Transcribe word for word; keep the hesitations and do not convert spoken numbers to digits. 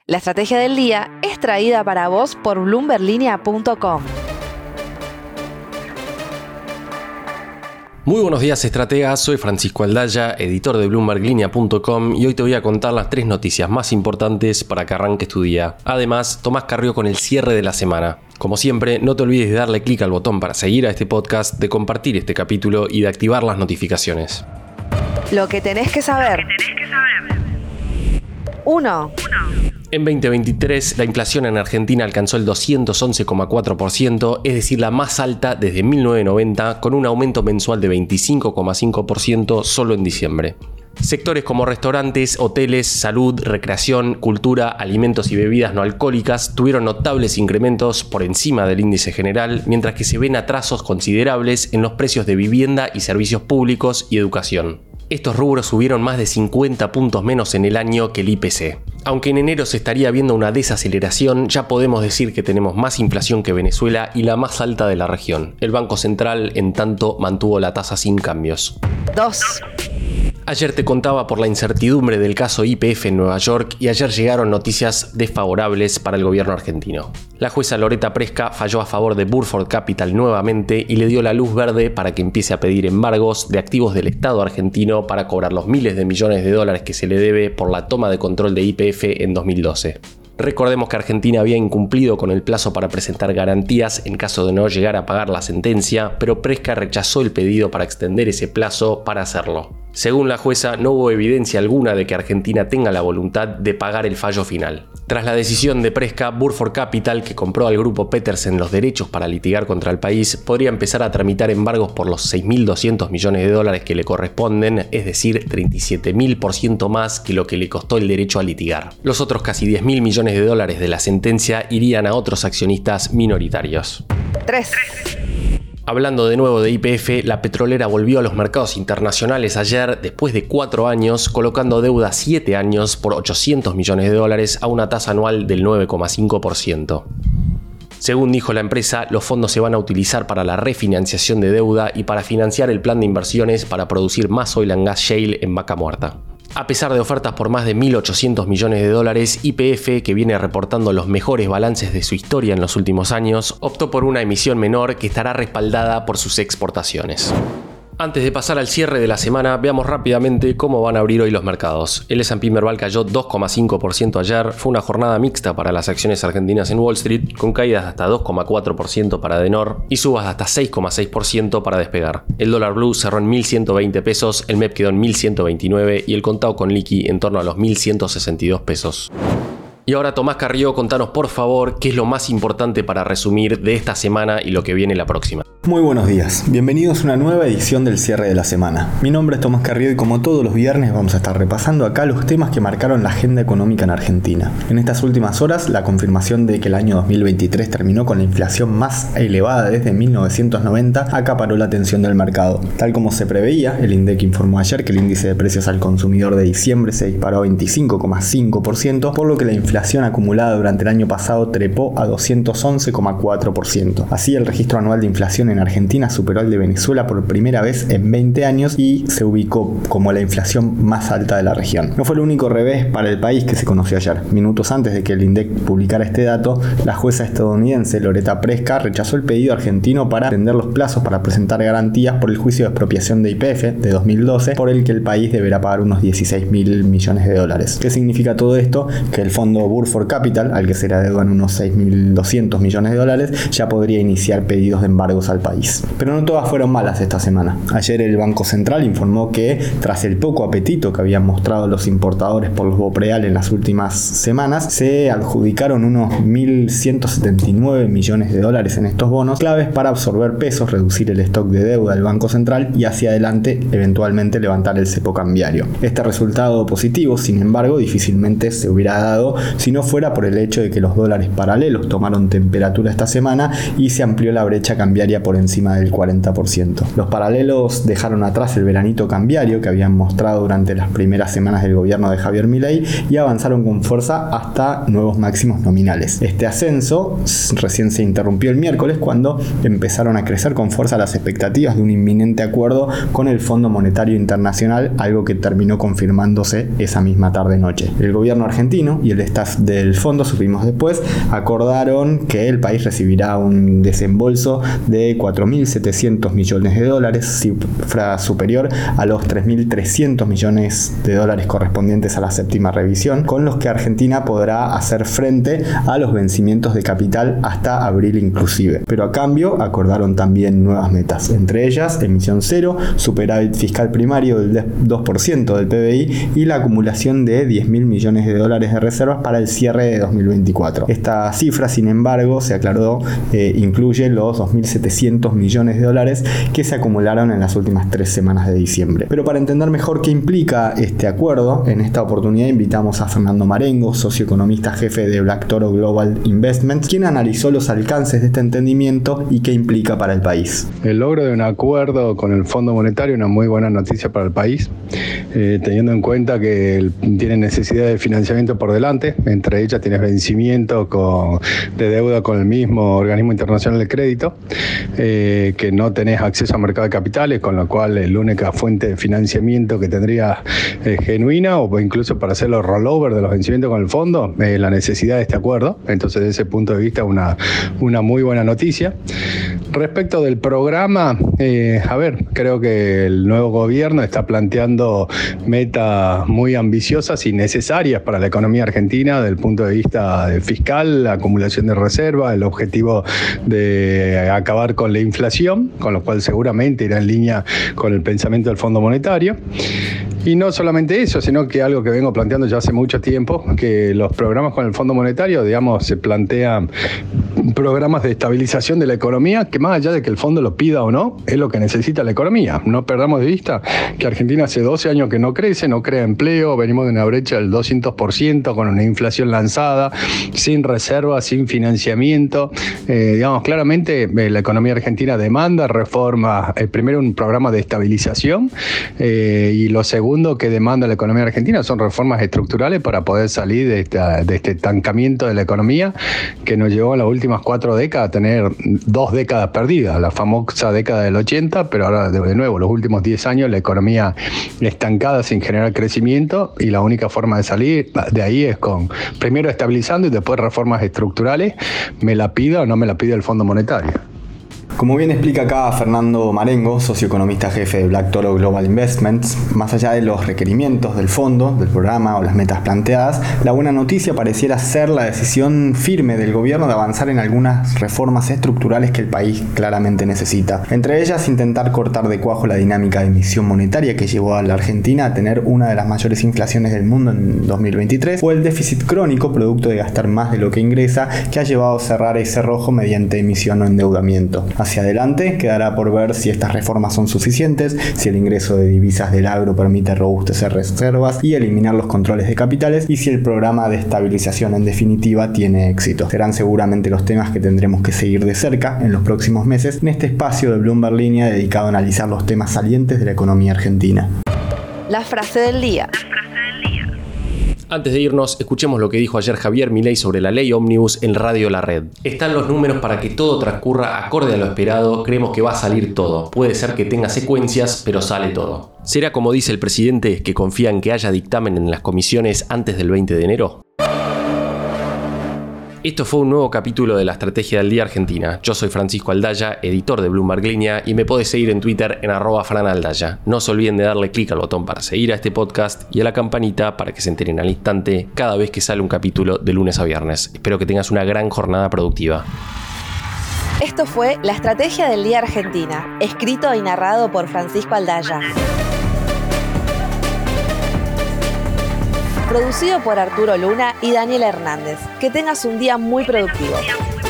La estrategia del día es traída para vos por bloomberg linea punto com. Muy buenos días, estrategas. Soy Francisco Aldaya, editor de bloomberg linea punto com, y hoy te voy a contar las tres noticias más importantes para que arranques tu día. Además, Tomás Carrió con el cierre de la semana. Como siempre, no te olvides de darle clic al botón para seguir a este podcast, de compartir este capítulo y de activar las notificaciones. Lo que tenés que saber. uno. En veinte veintitrés, la inflación en Argentina alcanzó el doscientos once coma cuatro por ciento, es decir, la más alta desde mil novecientos noventa, con un aumento mensual de veinticinco coma cinco por ciento solo en diciembre. Sectores como restaurantes, hoteles, salud, recreación, cultura, alimentos y bebidas no alcohólicas tuvieron notables incrementos por encima del índice general, mientras que se ven atrasos considerables en los precios de vivienda y servicios públicos y educación. Estos rubros subieron más de cincuenta puntos menos en el año que el I P C. Aunque en enero se estaría viendo una desaceleración, ya podemos decir que tenemos más inflación que Venezuela y la más alta de la región. El Banco Central, en tanto, mantuvo la tasa sin cambios. dos. Ayer te contaba por la incertidumbre del caso Y P F en Nueva York y ayer llegaron noticias desfavorables para el gobierno argentino. La jueza Loreta Presca falló a favor de Burford Capital nuevamente y le dio la luz verde para que empiece a pedir embargos de activos del Estado argentino para cobrar los miles de millones de dólares que se le debe por la toma de control de Y P F en dos mil doce. Recordemos que Argentina había incumplido con el plazo para presentar garantías en caso de no llegar a pagar la sentencia, pero Presca rechazó el pedido para extender ese plazo para hacerlo. Según la jueza, no hubo evidencia alguna de que Argentina tenga la voluntad de pagar el fallo final. Tras la decisión de Presca, Burford Capital, que compró al grupo Petersen los derechos para litigar contra el país, podría empezar a tramitar embargos por los seis mil doscientos millones de dólares que le corresponden, es decir, treinta y siete mil por ciento más que lo que le costó el derecho a litigar. Los otros casi diez mil millones de dólares de la sentencia irían a otros accionistas minoritarios. tres. Hablando de nuevo de Y P F, la petrolera volvió a los mercados internacionales ayer después de cuatro años, colocando deuda a siete años por ochocientos millones de dólares a una tasa anual del nueve coma cinco por ciento. Según dijo la empresa, los fondos se van a utilizar para la refinanciación de deuda y para financiar el plan de inversiones para producir más oil and gas shale en Vaca Muerta. A pesar de ofertas por más de mil ochocientos millones de dólares, Y P F, que viene reportando los mejores balances de su historia en los últimos años, optó por una emisión menor que estará respaldada por sus exportaciones. Antes de pasar al cierre de la semana, veamos rápidamente cómo van a abrir hoy los mercados. El S and P Merval cayó dos coma cinco por ciento ayer, fue una jornada mixta para las acciones argentinas en Wall Street, con caídas de hasta dos coma cuatro por ciento para Denor y subas de hasta seis coma seis por ciento para Despegar. El dólar blue cerró en mil ciento veinte pesos, el M E P quedó en mil ciento veintinueve y el contado con liqui en torno a los mil ciento sesenta y dos pesos. Y ahora, Tomás Carrió, contanos por favor qué es lo más importante para resumir de esta semana y lo que viene la próxima. Muy buenos días, bienvenidos a una nueva edición del cierre de la semana. Mi nombre es Tomás Carrió y como todos los viernes vamos a estar repasando acá los temas que marcaron la agenda económica en Argentina. En estas últimas horas, la confirmación de que el año dos mil veintitrés terminó con la inflación más elevada desde mil novecientos noventa acaparó la atención del mercado. Tal como se preveía, el INDEC informó ayer que el índice de precios al consumidor de diciembre se disparó a veinticinco coma cinco por ciento, por lo que la inflación La inflación acumulada durante el año pasado trepó a doscientos once coma cuatro por ciento. Así, el registro anual de inflación en Argentina superó al de Venezuela por primera vez en veinte años y se ubicó como la inflación más alta de la región. No fue el único revés para el país que se conoció ayer. Minutos antes de que el INDEC publicara este dato, la jueza estadounidense Loreta Presca rechazó el pedido argentino para extender los plazos para presentar garantías por el juicio de expropiación de Y P F de dos mil doce, por el que el país deberá pagar unos dieciséis mil millones de dólares. ¿Qué significa todo esto? Que el fondo Burford Capital, al que se le adeudan unos seis mil doscientos millones de dólares, ya podría iniciar pedidos de embargos al país. Pero no todas fueron malas esta semana. Ayer el Banco Central informó que, tras el poco apetito que habían mostrado los importadores por los BOPREAL en las últimas semanas, se adjudicaron unos mil ciento setenta y nueve millones de dólares en estos bonos, claves para absorber pesos, reducir el stock de deuda del Banco Central y hacia adelante eventualmente levantar el cepo cambiario. Este resultado positivo, sin embargo, difícilmente se hubiera dado si no fuera por el hecho de que los dólares paralelos tomaron temperatura esta semana y se amplió la brecha cambiaria por encima del cuarenta por ciento. Los paralelos dejaron atrás el veranito cambiario que habían mostrado durante las primeras semanas del gobierno de Javier Milei y avanzaron con fuerza hasta nuevos máximos nominales. Este ascenso recién se interrumpió el miércoles cuando empezaron a crecer con fuerza las expectativas de un inminente acuerdo con el Fondo Monetario Internacional, algo que terminó confirmándose esa misma tarde-noche. El gobierno argentino y el Estado economistas del fondo, supimos después, acordaron que el país recibirá un desembolso de cuatro mil setecientos millones de dólares, cifra superior a los tres mil trescientos millones de dólares correspondientes a la séptima revisión, con los que Argentina podrá hacer frente a los vencimientos de capital hasta abril inclusive. Pero a cambio acordaron también nuevas metas, entre ellas emisión cero, superávit fiscal primario del dos por ciento del P B I y la acumulación de diez mil millones de dólares de reservas para el cierre de dos mil veinticuatro. Esta cifra, sin embargo, se aclaró, eh, incluye los dos mil setecientos millones de dólares que se acumularon en las últimas tres semanas de diciembre. Pero para entender mejor qué implica este acuerdo, en esta oportunidad invitamos a Fernando Marengo, socioeconomista jefe de Black Toro Global Investments, quien analizó los alcances de este entendimiento y qué implica para el país. El logro de un acuerdo con el Fondo Monetario es una muy buena noticia para el país, eh, teniendo en cuenta que el, tiene necesidad de financiamiento por delante, entre ellas tienes vencimiento con, de deuda con el mismo organismo internacional de crédito, eh, que no tenés acceso al mercado de capitales, con lo cual la única fuente de financiamiento que tendrías eh, genuina, o incluso para hacer los rollover de los vencimientos con el fondo, eh, la necesidad de este acuerdo. Entonces, desde ese punto de vista, una, una muy buena noticia. Respecto del programa, eh, a ver, creo que el nuevo gobierno está planteando metas muy ambiciosas y necesarias para la economía argentina desde el punto de vista fiscal, la acumulación de reservas, el objetivo de acabar con la inflación, con lo cual seguramente irá en línea con el pensamiento del Fondo Monetario. Y no solamente eso, sino que algo que vengo planteando ya hace mucho tiempo, que los programas con el Fondo Monetario, digamos, se plantean programas de estabilización de la economía, que más allá de que el fondo lo pida o no, es lo que necesita la economía. No perdamos de vista que Argentina hace doce años que no crece, no crea empleo, venimos de una brecha del doscientos por ciento con una inflación lanzada, sin reservas, sin financiamiento. Eh, digamos, claramente eh, la economía argentina demanda reformas, eh, primero un programa de estabilización eh, y lo segundo que demanda la economía argentina son reformas estructurales para poder salir de, esta, de este estancamiento de la economía que nos llevó en las últimas cuatro décadas a tener dos décadas perdidas, la famosa década del ochenta, pero ahora de nuevo los últimos diez años la economía estancada sin generar crecimiento, y la única forma de salir de ahí es con primero estabilizando y después reformas estructurales, me la pida o no me la pide el Fondo Monetario. Como bien explica acá Fernando Marengo, socioeconomista jefe de Black Toro Global Investments, más allá de los requerimientos del fondo, del programa o las metas planteadas, la buena noticia pareciera ser la decisión firme del gobierno de avanzar en algunas reformas estructurales que el país claramente necesita. Entre ellas, intentar cortar de cuajo la dinámica de emisión monetaria que llevó a la Argentina a tener una de las mayores inflaciones del mundo en dos mil veintitrés, o el déficit crónico, producto de gastar más de lo que ingresa, que ha llevado a cerrar ese rojo mediante emisión o endeudamiento. Hacia adelante quedará por ver si estas reformas son suficientes, si el ingreso de divisas del agro permite robustecer reservas y eliminar los controles de capitales, y si el programa de estabilización en definitiva tiene éxito. Serán seguramente los temas que tendremos que seguir de cerca en los próximos meses en este espacio de Bloomberg Línea dedicado a analizar los temas salientes de la economía argentina. La frase del día. Antes de irnos, escuchemos lo que dijo ayer Javier Milei sobre la ley Ómnibus en Radio La Red. Están los números para que todo transcurra acorde a lo esperado, creemos que va a salir todo. Puede ser que tenga secuencias, pero sale todo. ¿Será como dice el presidente, que confía en que haya dictamen en las comisiones antes del veinte de enero? Esto fue un nuevo capítulo de la Estrategia del Día Argentina. Yo soy Francisco Aldaya, editor de Bloomberg Línea, y me podés seguir en Twitter en arroba franaldaya. No se olviden de darle clic al botón para seguir a este podcast y a la campanita para que se enteren al instante cada vez que sale un capítulo de lunes a viernes. Espero que tengas una gran jornada productiva. Esto fue La Estrategia del Día Argentina, escrito y narrado por Francisco Aldaya. Producido por Arturo Luna y Daniel Hernández. Que tengas un día muy productivo.